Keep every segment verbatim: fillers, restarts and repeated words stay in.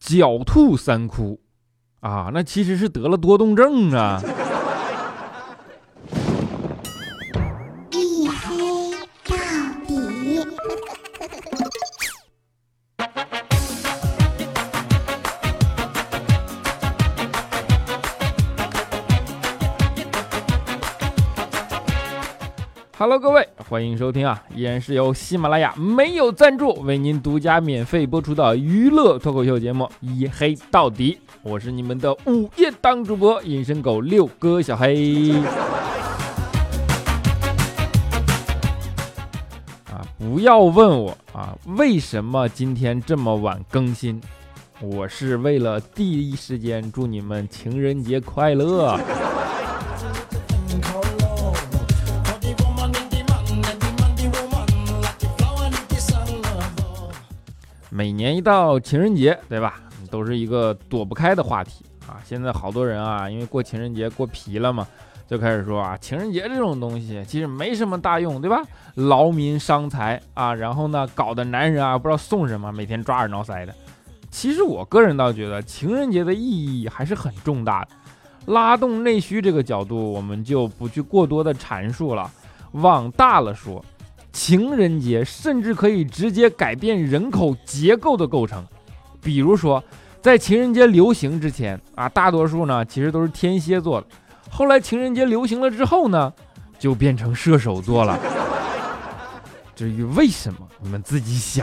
狡兔三窟啊，那其实是得了多动症啊。 一黑到底。 Hello， 各位，欢迎收听啊，依然是由喜马拉雅没有赞助为您独家免费播出的娱乐脱口秀节目《一黑到底》，我是你们的午夜档主播隐身狗六哥小黑。啊，不要问我啊，为什么今天这么晚更新？我是为了第一时间祝你们情人节快乐。每年一到情人节，对吧，都是一个躲不开的话题啊。现在好多人啊，因为过情人节过疲了嘛，就开始说啊，情人节这种东西其实没什么大用，对吧？劳民伤财啊，然后呢，搞得男人啊不知道送什么，每天抓耳挠腮的。其实我个人倒觉得情人节的意义还是很重大的。拉动内需这个角度，我们就不去过多的阐述了。往大了说，情人节甚至可以直接改变人口结构的构成。比如说，在情人节流行之前啊，大多数呢其实都是天蝎座的。后来情人节流行了之后呢，就变成射手座了。至于为什么，你们自己想。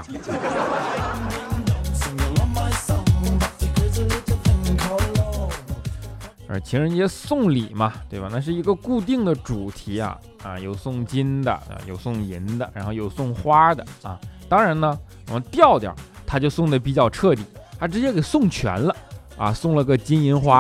而情人节送礼嘛，对吧？那是一个固定的主题啊啊，有送金的，啊，有送银的，然后有送花的啊。当然呢，我们调调他就送的比较彻底，他直接给送全了啊，送了个金银花。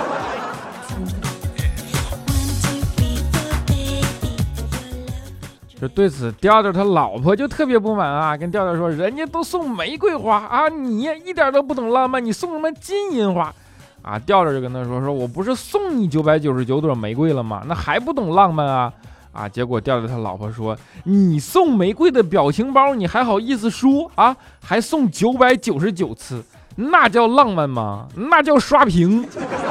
就对此，调调他老婆就特别不满啊，跟调调说：“人家都送玫瑰花啊，你一点都不懂浪漫，你送什么金银花？”啊，调调就跟他说：“说我不是送你九百九十九朵玫瑰了吗？那还不懂浪漫啊？”啊，结果调调他老婆说：“你送玫瑰的表情包，你还好意思说啊？还送九百九十九次，那叫浪漫吗？那叫刷屏。”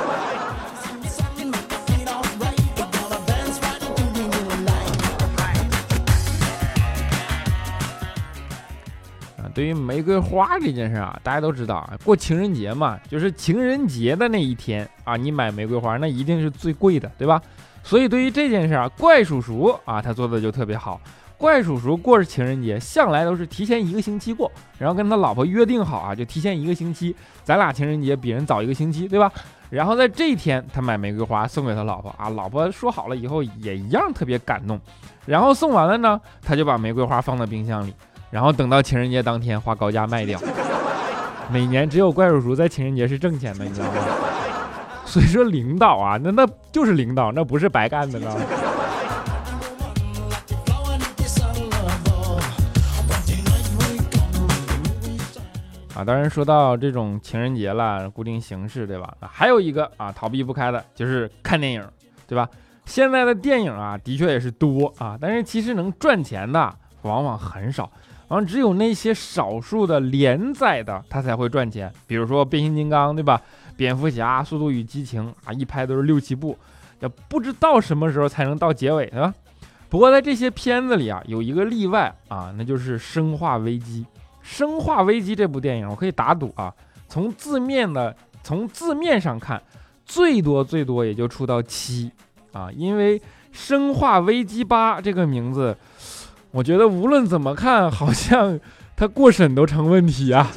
对于玫瑰花这件事啊，大家都知道啊，过情人节嘛，就是情人节的那一天啊，你买玫瑰花那一定是最贵的，对吧？所以对于这件事啊，怪叔叔啊他做的就特别好。怪叔叔过着情人节，向来都是提前一个星期过，然后跟他老婆约定好啊，就提前一个星期，咱俩情人节比人早一个星期，对吧？然后在这一天，他买玫瑰花送给他老婆啊，老婆说好了以后也一样特别感动。然后送完了呢，他就把玫瑰花放到冰箱里。然后等到情人节当天花高价卖掉。每年只有怪叔叔在情人节是挣钱的，你知道吗？所以说领导啊，那那就是领导，那不是白干的呢。啊，当然说到这种情人节了，固定形式，对吧？还有一个啊，逃避不开的就是看电影，对吧？现在的电影啊，的确也是多啊，但是其实能赚钱的往往很少。然后只有那些少数的连载的，它才会赚钱。比如说变形金刚，对吧？蝙蝠侠、速度与激情啊，一拍都是六七部，也不知道什么时候才能到结尾，对吧？不过在这些片子里啊，有一个例外啊，那就是《生化危机》。《生化危机》这部电影，我可以打赌啊，从字面的从字面上看，最多最多也就出到七啊，因为《生化危机八》这个名字。我觉得无论怎么看，好像他过审都成问题啊。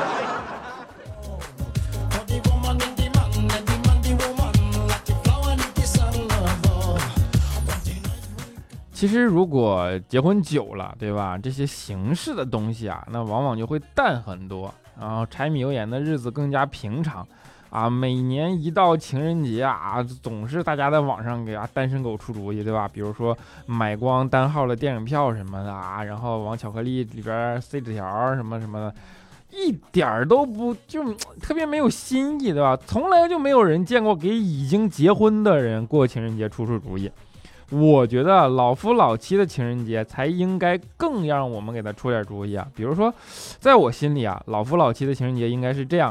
其实如果结婚久了，对吧？这些形式的东西啊，那往往就会淡很多，然后柴米油盐的日子更加平常。啊，每年一到情人节啊，总是大家在网上给啊单身狗出主意，对吧？比如说买光单号的电影票什么的啊，然后往巧克力里边塞纸条什么什么的，一点都不就特别没有新意，对吧？从来就没有人见过给已经结婚的人过情人节出出主意。我觉得老夫老妻的情人节才应该更让我们给他出点主意啊。比如说，在我心里啊，老夫老妻的情人节应该是这样的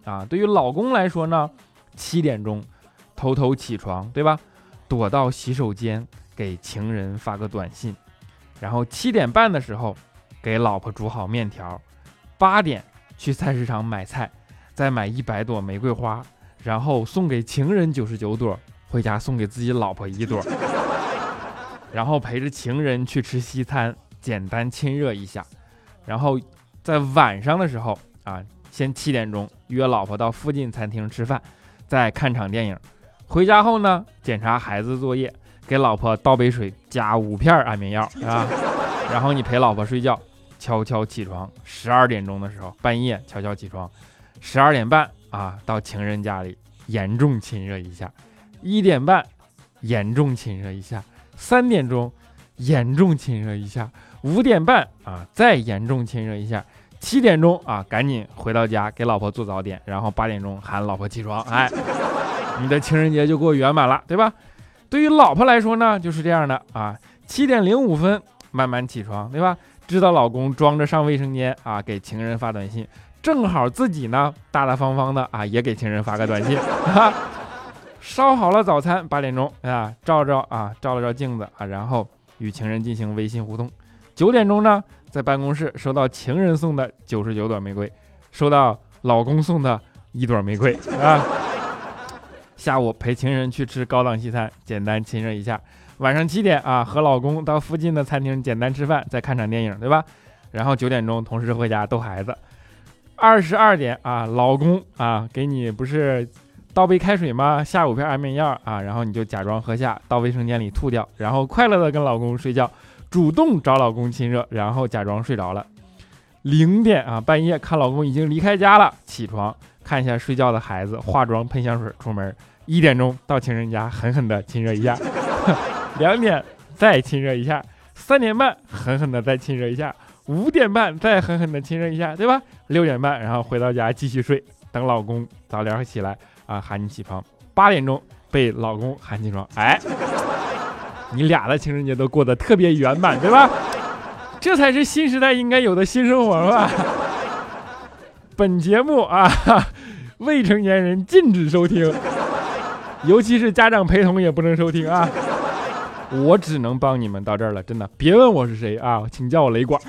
啊。对于老公来说呢，七点钟偷偷起床，对吧？躲到洗手间给情人发个短信，然后七点半的时候给老婆煮好面条，八点去菜市场买菜，再买一百朵玫瑰花，然后送给情人九十九朵，回家送给自己老婆一朵，然后陪着情人去吃西餐，简单亲热一下，然后在晚上的时候啊，先七点钟约老婆到附近餐厅吃饭，再看场电影。回家后呢，检查孩子作业，给老婆倒杯水，加五片安眠药啊，然后你陪老婆睡觉，悄悄起床，十二点钟的时候，半夜悄悄起床，十二点半啊到情人家里严重亲热一下，一点半严重亲热一下，三点钟严重亲热一下，五点半啊再严重亲热一下，七点钟啊赶紧回到家给老婆做早点，然后八点钟喊老婆起床，哎。你的情人节就过圆满了，对吧？对于老婆来说呢，就是这样的啊，七点零五分慢慢起床，对吧？知道老公装着上卫生间啊，给情人发短信，正好自己呢大大方方的啊，也给情人发个短信啊。烧好了早餐，八点钟啊，照照啊，照了照镜子啊，然后与情人进行微信互动。九点钟呢，在办公室收到情人送的九十九朵玫瑰，收到老公送的一朵玫瑰啊。下午陪情人去吃高档西餐，简单亲热一下。晚上七点啊，和老公到附近的餐厅简单吃饭，再看场电影，对吧？然后九点钟同时回家逗孩子。二十二点啊，老公啊给你不是倒杯开水吗？下五片安眠药啊，然后你就假装喝下，到卫生间里吐掉，然后快乐的跟老公睡觉，主动找老公亲热，然后假装睡着了。零点啊，半夜看老公已经离开家了，起床看一下睡觉的孩子，化妆喷香水出门。一点钟到情人家狠狠的亲热一下，两点再亲热一下，三点半狠狠的再亲热一下，五点半再狠狠的亲热一下，对吧？六点半然后回到家继续睡，等老公早点起来啊喊你起床，八点钟被老公喊起床，哎，你俩的情人节都过得特别圆满，对吧？这才是新时代应该有的新生活吧。本节目啊，未成年人禁止收听。尤其是家长陪同也不能收听啊！我只能帮你们到这儿了，真的，别问我是谁啊，请叫我雷管。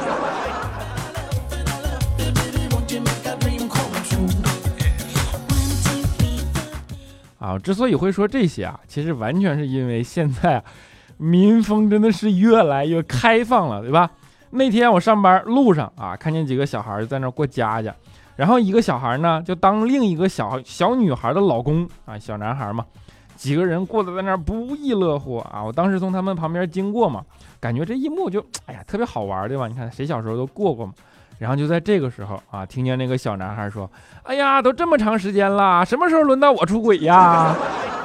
啊，之所以会说这些啊，其实完全是因为现在啊，民风真的是越来越开放了，对吧？那天我上班路上啊，看见几个小孩在那过家家。然后一个小孩呢，就当另一个小小女孩的老公啊，小男孩嘛，几个人过得在那儿不亦乐乎啊！我当时从他们旁边经过嘛，感觉这一幕就哎呀特别好玩，对吧？你看谁小时候都过过嘛。然后就在这个时候啊，听见那个小男孩说：“哎呀，都这么长时间了，什么时候轮到我出轨呀？”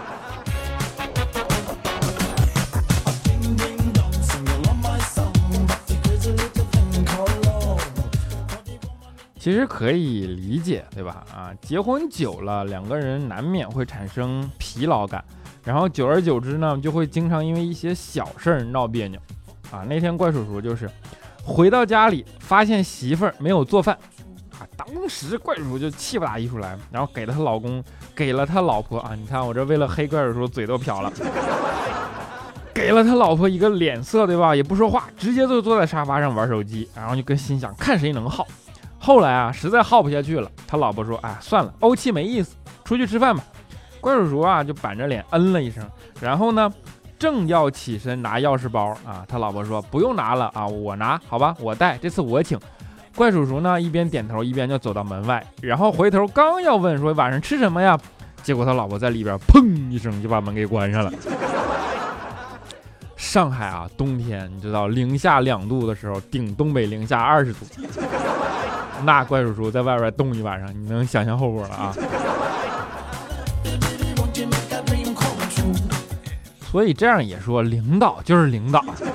其实可以理解，对吧？啊，结婚久了，两个人难免会产生疲劳感，然后久而久之呢，就会经常因为一些小事儿闹别扭。啊，那天怪叔叔就是回到家里，发现媳妇儿没有做饭，啊，当时怪叔叔就气不打一处来，然后给了他老公，给了他老婆啊，你看我这为了黑怪叔叔嘴都瓢了，给了他老婆一个脸色，对吧？也不说话，直接就坐在沙发上玩手机，然后就跟心想看谁能耗。后来啊，实在耗不下去了，他老婆说：“哎，算了，怄气没意思，出去吃饭吧。”怪叔叔啊，就板着脸嗯了一声，然后呢，正要起身拿钥匙包啊，他老婆说：“不用拿了啊，我拿，好吧，我带，这次我请。”怪叔叔呢，一边点头一边就走到门外，然后回头刚要问说晚上吃什么呀，结果他老婆在里边砰一声就把门给关上了。上海啊，冬天你知道零下两度的时候，顶东北零下二十度。那怪叔叔在外边冻一晚上，你能想象后果了啊！所以这样也说，领导就是领导。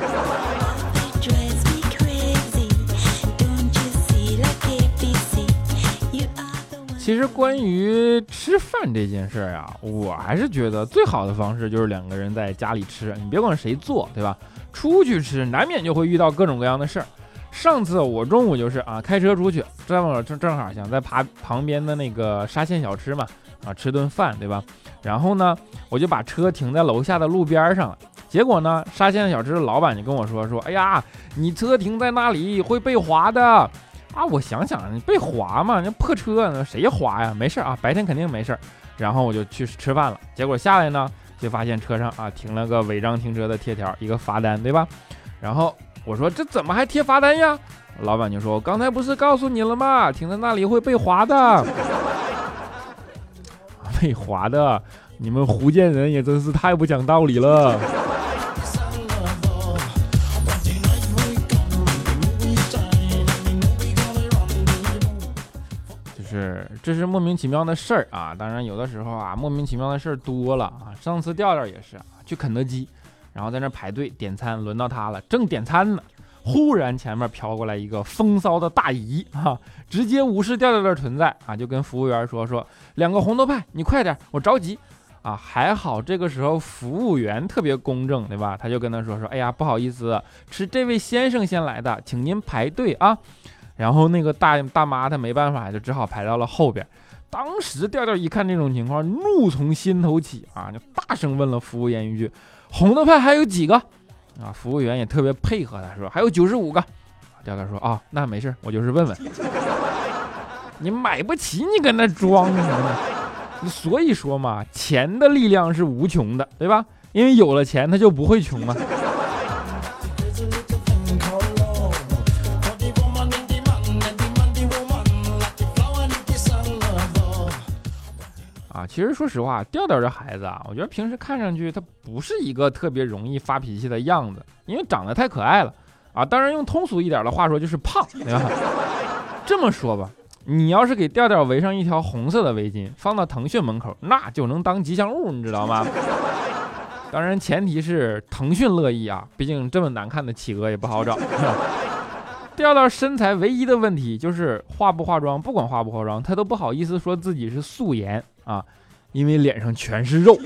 其实关于吃饭这件事啊，我还是觉得最好的方式就是两个人在家里吃，你别管谁做，对吧？出去吃难免就会遇到各种各样的事儿。 上次我中午就是啊开车出去，正好正正好想在爬旁边的那个沙县小吃嘛，啊吃顿饭对吧？然后呢我就把车停在楼下的路边上了。结果呢沙县小吃的老板就跟我说说，哎呀，你车停在那里会被划的啊！我想想，你被划嘛，那破车谁划呀？没事啊，白天肯定没事。然后我就去吃饭了，结果下来呢就发现车上啊停了个违章停车的贴条，一个罚单对吧？然后我说这怎么还贴罚单呀？老板就说，我刚才不是告诉你了吗？停在那里会被划的。被划的，你们福建人也真是太不讲道理了。就是这是莫名其妙的事儿啊，当然有的时候啊莫名其妙的事儿多了啊。上次调调也是啊，去肯德基，然后在那排队点餐，轮到他了，正点餐呢，忽然前面飘过来一个风骚的大姨啊，直接无视调调的存在啊，就跟服务员说说两个红豆派，你快点，我着急啊。还好这个时候服务员特别公正对吧？他就跟他说说，哎呀不好意思，是这位先生先来的，请您排队啊。然后那个大大妈她没办法，就只好排到了后边。当时调调一看这种情况，怒从心头起啊，就大声问了服务员一句，红豆派还有几个啊？服务员也特别配合他说还有九十五个。调调说啊，那没事，我就是问问。你买不起你跟那装什么呢？所以说嘛，钱的力量是无穷的对吧？因为有了钱他就不会穷嘛。啊，其实说实话，调调这孩子啊，我觉得平时看上去他不是一个特别容易发脾气的样子，因为长得太可爱了啊。当然用通俗一点的话说就是胖，对吧？这么说吧，你要是给调调围上一条红色的围巾，放到腾讯门口，那就能当吉祥物，你知道吗？当然前提是腾讯乐意啊，毕竟这么难看的企鹅也不好找。调调身材唯一的问题就是化不化妆，不管化不化妆，他都不好意思说自己是素颜啊，因为脸上全是肉。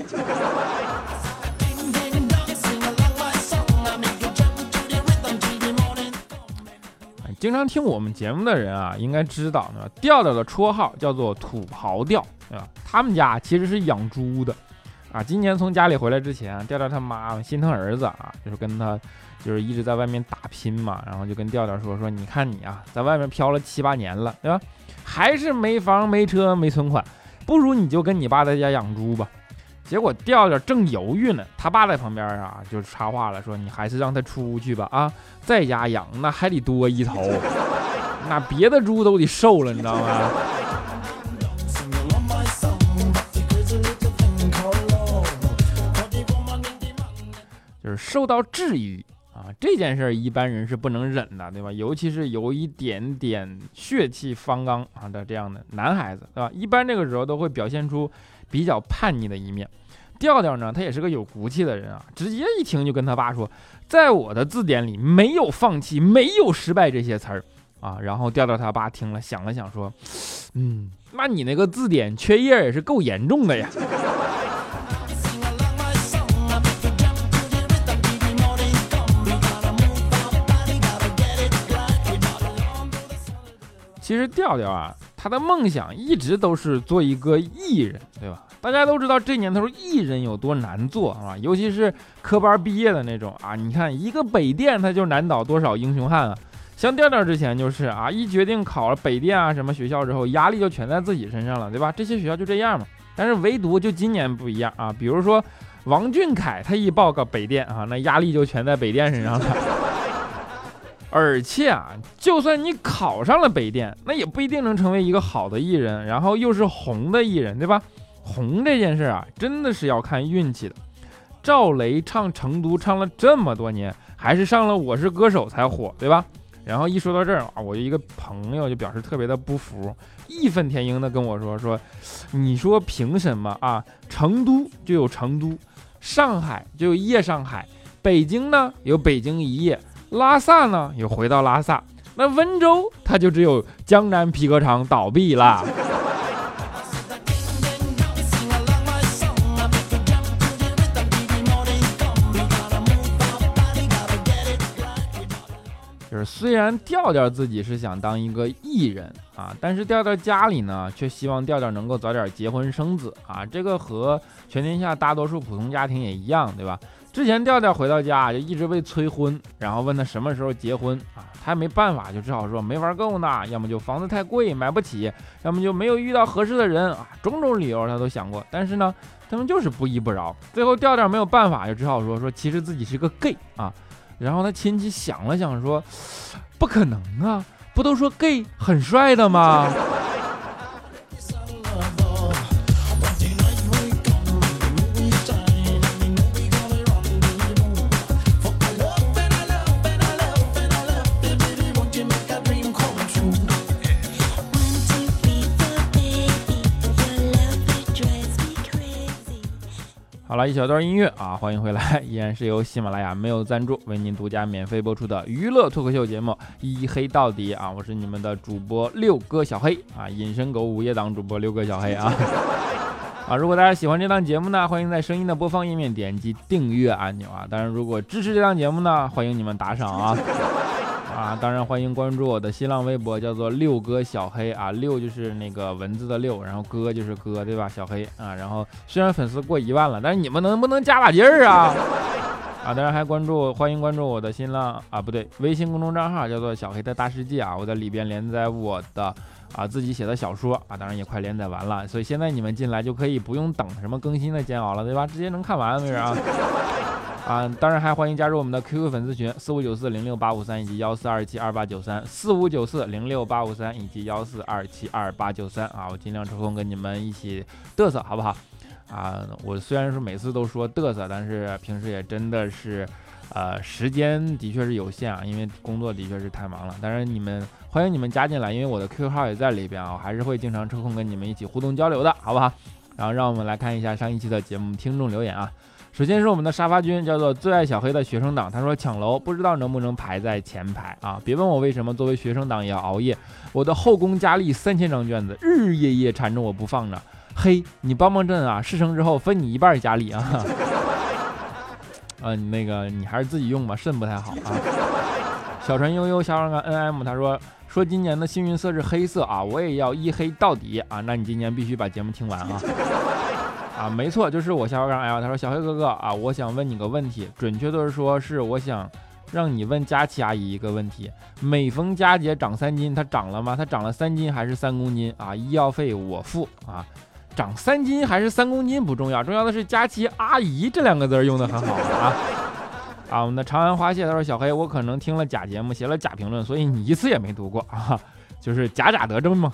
经常听我们节目的人啊，应该知道呢，调调的绰号叫做土豪调，对吧？他们家其实是养猪的啊。今年从家里回来之前，调调他妈心疼儿子啊，就是跟他就是一直在外面打拼嘛，然后就跟调调说说，你看你啊，在外面飘了七八年了，对吧？还是没房没车没存款，不如你就跟你爸在家养猪吧。结果调调正犹豫呢，他爸在旁边啊就插话了，说你还是让他出去吧啊，在家养那还得多一头，那别的猪都得瘦了，你知道吗？就是受到质疑啊，这件事一般人是不能忍的，对吧？尤其是有一点点血气方刚啊的这样的男孩子，对吧？一般这个时候都会表现出比较叛逆的一面。调调呢，他也是个有骨气的人啊，直接一听就跟他爸说，在我的字典里没有放弃，没有失败这些词儿啊。然后调调他爸听了想了想说，嗯，那你那个字典缺页也是够严重的呀。其实调调啊，他的梦想一直都是做一个艺人，对吧？大家都知道这年头艺人有多难做啊，尤其是科班毕业的那种啊。你看一个北电，他就难倒多少英雄汉啊。像调调之前就是啊，一决定考了北电啊什么学校之后，压力就全在自己身上了，对吧？这些学校就这样嘛。但是唯独就今年不一样啊，比如说王俊凯，他一报个北电啊，那压力就全在北电身上了。而且啊，就算你考上了北电，那也不一定能成为一个好的艺人，然后又是红的艺人，对吧？红这件事啊，真的是要看运气的。赵雷唱成都唱了这么多年，还是上了《我是歌手》才火，对吧？然后一说到这儿啊，我一个朋友就表示特别的不服，义愤填膺的跟我说说，你说凭什么啊？成都就有成都，上海就有夜上海，北京呢有北京一夜，拉萨呢有回到拉萨，那温州它就只有江南皮革厂倒闭了。就是就是虽然调调自己是想当一个艺人啊，但是调调家里呢却希望调调能够早点结婚生子啊，这个和全天下大多数普通家庭也一样，对吧？之前调调回到家就一直被催婚，然后问他什么时候结婚啊，他也没办法，就只好说没玩够呢，要么就房子太贵买不起，要么就没有遇到合适的人啊，种种理由他都想过，但是呢他们就是不依不饶，最后调调没有办法，就只好说说其实自己是个 gay 啊。然后他亲戚想了想说，不可能啊，不都说 gay 很帅的吗？好了，一小段音乐啊，欢迎回来，依然是由喜马拉雅没有赞助为您独家免费播出的娱乐脱口秀节目一黑到底啊，我是你们的主播六哥小黑啊，隐身狗午夜档主播六哥小黑啊啊，如果大家喜欢这档节目呢，欢迎在声音的播放页面点击订阅按钮啊，当然如果支持这档节目呢，欢迎你们打赏啊。啊，当然欢迎关注我的新浪微博，叫做六哥小黑啊，六就是那个文字的六，然后哥就是哥，对吧？小黑啊，然后虽然粉丝过一万了，但是你们能不能加把劲儿啊？啊，当然还关注，欢迎关注我的新浪啊，不对，微信公众账号叫做小黑的大世界啊，我在里边连载我的啊自己写的小说啊，当然也快连载完了，所以现在你们进来就可以不用等什么更新的煎熬了，对吧？直接能看完，没人啊。啊，当然还欢迎加入我们的 Q Q 粉丝群四五九四零六八五三以及幺四二七二八九三四五九四零六八五三以及幺四二七二八九三啊，我尽量抽空跟你们一起嘚瑟，好不好？啊，我虽然是每次都说嘚瑟，但是平时也真的是，呃，时间的确是有限啊，因为工作的确是太忙了。当然你们欢迎你们加进来，因为我的 Q Q 号也在里边啊，我还是会经常抽空跟你们一起互动交流的，好不好？然后让我们来看一下上一期的节目听众留言啊。首先是我们的沙发君，叫做最爱小黑的学生党，他说抢楼不知道能不能排在前排啊？别问我为什么，作为学生党也要熬夜，我的后宫佳丽三千张卷子日日夜夜缠着我不放着。嘿，你帮帮朕啊！事成之后分你一半佳丽啊！啊，你那个你还是自己用吧，肾不太好啊。小船悠悠小二干 N M 他说说今年的幸运色是黑色啊，我也要一黑到底啊！那你今年必须把节目听完啊！啊，没错，就是我小刚 L， 他说小黑哥哥啊，我想问你个问题，准确的说是我想让你问佳琪阿姨一个问题，每逢佳节长三斤，她长了吗？她长了三斤还是三公斤啊？医药费我付啊，长三斤还是三公斤不重要，重要的是佳琪阿姨这两个字用的很好啊。啊，我们的长安花谢他说小黑，我可能听了假节目，写了假评论，所以你一次也没读过啊，就是假假得真嘛。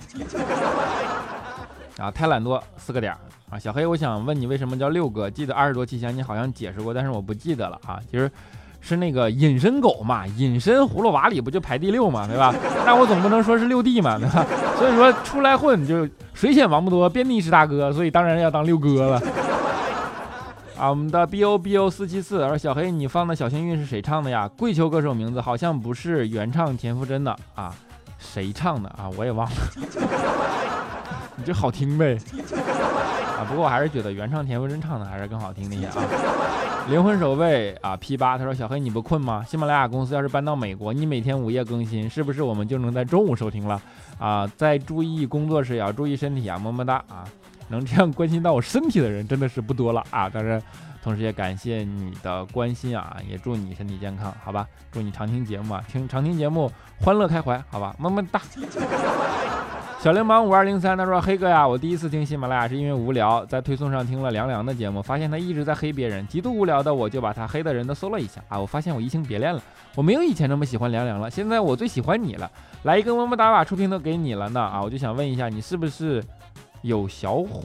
啊，太懒惰四个点啊，小黑，我想问你为什么叫六哥？记得二十多期前你好像解释过，但是我不记得了啊。其实是那个隐身狗嘛，隐身葫芦娃里不就排第六嘛，对吧？那我总不能说是六弟嘛，对吧？所以说出来混就水浅王八多，遍地是大哥，所以当然要当六哥了。啊，我们的 B O B O 四七四，而小黑你放的小幸运是谁唱的呀？跪求歌手名字好像不是原唱田馥甄的啊，谁唱的啊？我也忘了。你这好听呗啊！不过我还是觉得原唱田馥甄唱的还是更好听的一些啊。灵魂守卫啊 P 八，他说小黑你不困吗？喜马拉雅公司要是搬到美国，你每天午夜更新，是不是我们就能在中午收听了啊？在注意工作时也要注意身体啊，么么哒啊！能这样关心到我身体的人真的是不多了啊！当然，同时也感谢你的关心啊，也祝你身体健康，好吧？祝你常听节目啊，听常听节目，欢乐开怀，好吧？么么哒。小流氓五二零三他说黑哥呀，我第一次听喜马拉雅是因为无聊，在推送上听了凉凉的节目，发现他一直在黑别人，极度无聊的我就把他黑的人都搜了一下啊，我发现我移情别恋了，我没有以前那么喜欢凉凉了，现在我最喜欢你了，来一个么么哒把触屏都给你了呢啊，我就想问一下你是不是有小虎？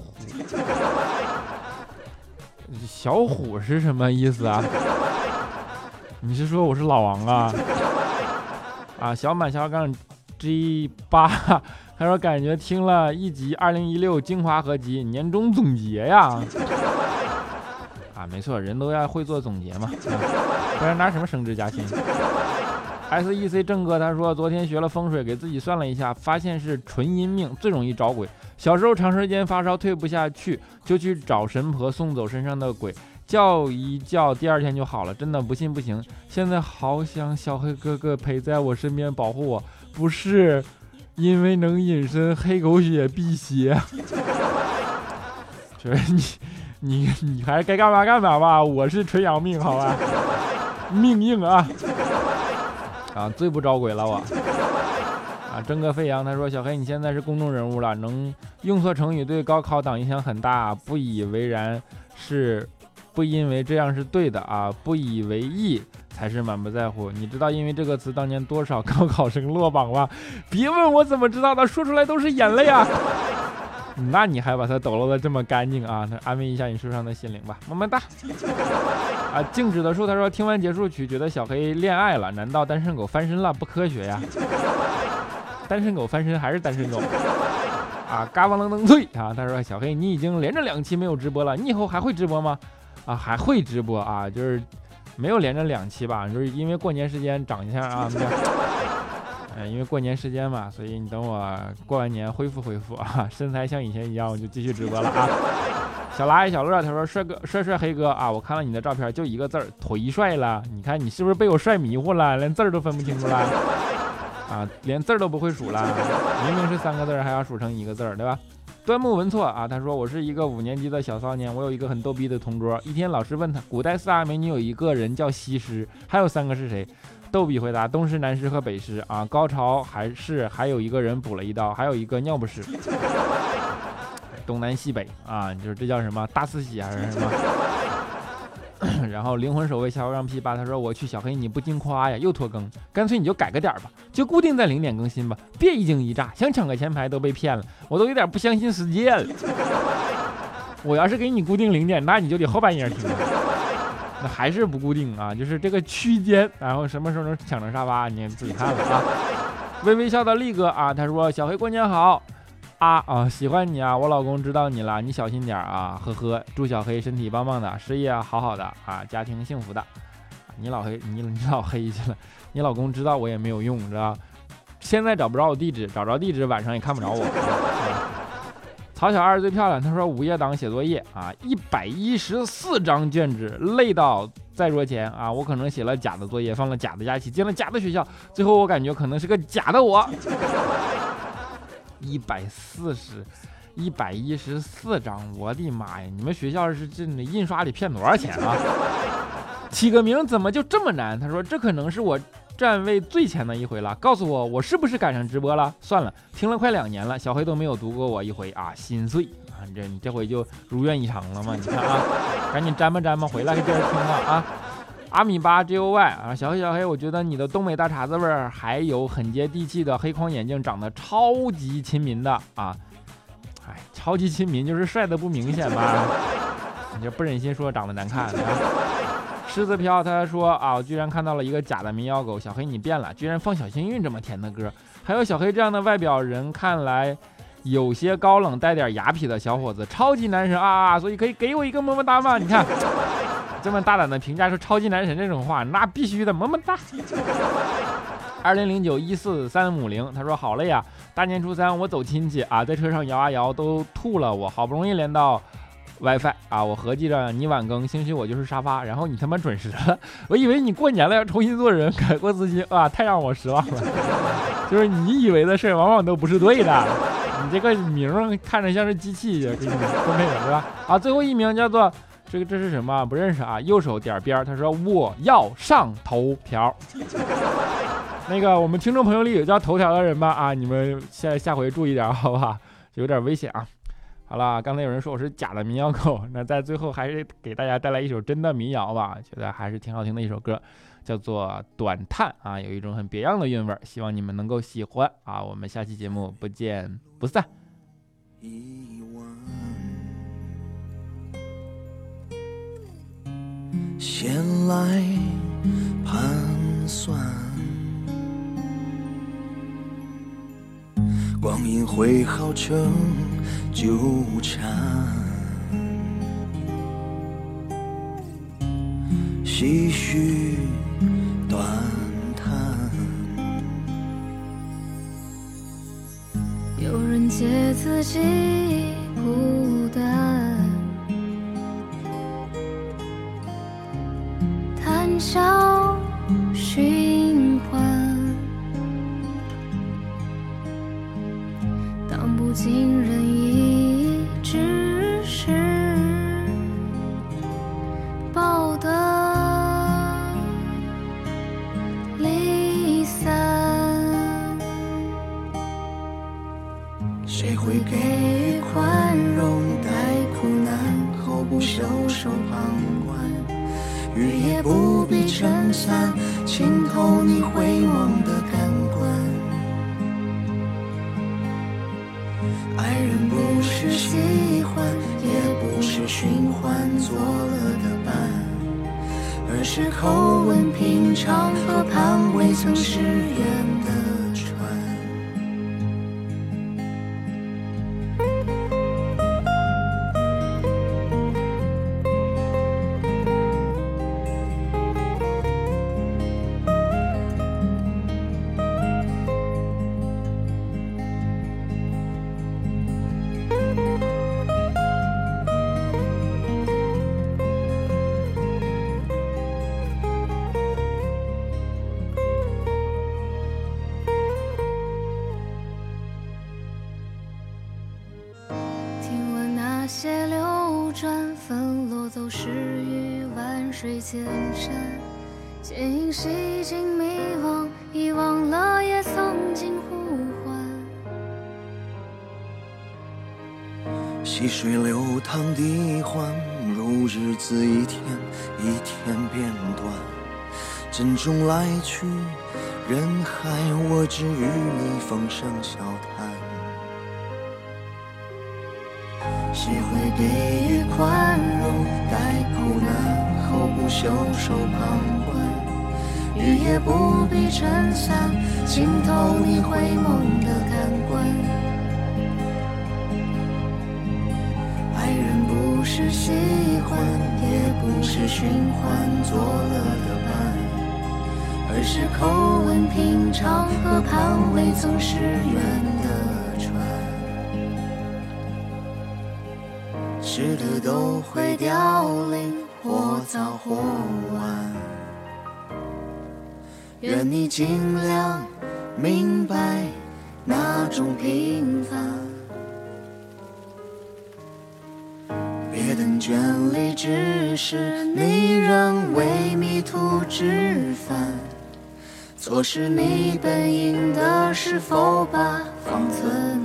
小虎是什么意思啊？你是说我是老王啊？啊，小满小杠 G 八。他说感觉听了一集二零一六精华合集年终总结呀。啊，没错，人都要会做总结嘛，啊、不然拿什么升职加薪。S E C 正哥他说昨天学了风水，给自己算了一下，发现是纯阴命最容易找鬼。小时候长时间发烧退不下去，就去找神婆送走身上的鬼， 叫一叫第二天就好了，真的不信不行。现在好想小黑哥哥陪在我身边保护我，不是因为能隐身黑狗血辟邪，就是你你你还是该干嘛干嘛吧，我是纯阳命，好吧，命硬啊啊，最不招鬼了我啊！争个飞扬，他说小黑你现在是公众人物了，能用错成语对高考党影响很大，不以为然是不因为这样是对的啊，不以为意才是满不在乎。你知道因为这个词当年多少高考生落榜吗？别问我怎么知道的，说出来都是眼泪啊。那你还把它抖落的这么干净啊？那安慰一下你受伤的心灵吧，么么哒。啊，静止的树他说听完结束曲觉得小黑恋爱了，难道单身狗翻身了？不科学呀。单身狗翻身还是单身狗啊！嘎嘣楞登脆啊！他说小黑你已经连着两期没有直播了，你以后还会直播吗？啊，还会直播啊，就是没有连着两期吧，就是因为过年时间长一下啊，呃，因为过年时间嘛，所以你等我过完年恢复恢复啊，身材像以前一样，我就继续直播了啊。小拉小乐他说帅哥帅帅黑哥啊，我看了你的照片就一个字儿忒帅了，你看你是不是被我帅迷糊了，连字儿都分不清楚了啊，连字儿都不会数了，明明是三个字还要数成一个字儿，对吧？端木文错啊，他说我是一个五年级的小少年，我有一个很逗逼的同桌。一天老师问他，古代四大美女有一个人叫西施，还有三个是谁？逗比回答东施、南施和北施啊。高潮还是还有一个人补了一刀，还有一个尿不湿。东南西北啊，就是这叫什么大四喜还是什么？然后灵魂守卫小让 P 八他说我去小黑你不禁夸呀，又拖更，干脆你就改个点吧，就固定在零点更新吧，别一惊一乍，想抢个前排都被骗了，我都有点不相信世界了。我要是给你固定零点，那你就得后半夜听了，那还是不固定啊，就是这个区间，然后什么时候能抢着沙发你自己看了啊。微微笑的力哥啊，他说小黑过年好。啊啊，喜欢你啊！我老公知道你了，你小心点啊！呵呵，祝小黑身体棒棒的，事业好好的啊，家庭幸福的。你老黑，你你老黑去了，你老公知道我也没有用，知道？现在找不着我地址，找着地址晚上也看不着我。曹小二最漂亮，他说午夜档写作业啊，一百一十四张卷纸，累到在桌前啊！我可能写了假的作业，放了假的假期，进了假的学校，最后我感觉可能是个假的我。一百四十，一百一十四张，我的妈呀！你们学校是这印刷里骗多少钱啊？起个名怎么就这么难？他说这可能是我站位最前的一回了，告诉我我是不是赶上直播了？算了，听了快两年了，小黑都没有读过我一回啊，心碎啊！这你这回就如愿以偿了吗？你看啊，赶紧沾吧沾吧，回来接着听吧啊！阿米巴 J O Y 啊，小黑小黑，我觉得你的东北大碴子味儿，还有很接地气的黑框眼镜，长得超级亲民的啊！哎，超级亲民就是帅的不明显吧？你就不忍心说长得难看。啊、狮子飘他说啊，我居然看到了一个假的民谣狗，小黑你变了，居然放小幸运这么甜的歌，还有小黑这样的外表人，看来有些高冷带点雅痞的小伙子，超级男神啊！所以可以给我一个么么哒吗？你看。这么大胆的评价说超级男神这种话，那必须的，么么哒。二零零九一四三五零，他说好了呀，大年初三我走亲戚啊，在车上摇啊摇都吐了，我好不容易连到 WiFi 啊，我合计着你晚更，兴许我就是沙发，然后你他妈准时了，我以为你过年了要重新做人，改过自新啊，太让我失望了。就是你以为的事往往都不是对的，你这个名看着像是机器给你分配的，对吧？啊，最后一名叫做。这个这是什么？不认识啊！右手点边，他说我要上头条。那个我们听众朋友里有叫头条的人吗？啊，你们下下回注意点，好不好？有点危险啊！好了，刚才有人说我是假的民谣狗，那在最后还是给大家带来一首真的民谣吧，觉得还是挺好听的一首歌，叫做《短叹》啊，有一种很别样的韵味，希望你们能够喜欢啊！我们下期节目不见不散。 闲来盘算，光阴会好成纠缠，唏嘘短叹， 有人借自己孤单， 消循环，当不尽人意之时，报得离散。 谁会给予宽容，待苦难后不袖手旁观？雨也不必撑伞，浸透你回眸的感官。爱人不是喜欢，也不是循环做了的伴，而是口吻平常和盼未曾誓言的船。 听闻那些流转纷落，走失于万水千山。剪影洗尽迷惘，遗忘了也曾经呼唤。 细水流淌的欢，如日子一天一天变短。珍重来去，人海我只与你风声笑谈。谁会给予宽容，待苦难后不袖手旁观？雨也不必撑伞，浸透你回眸的感官。爱人不是喜欢，也不是循环做了的伴，而是口吻平常和盼未曾誓言的船。是的都会凋零，或早或晚。愿你尽量明白那种平凡。别等眷恋之时，你仍为迷途知返。错失你本应的，是否把方寸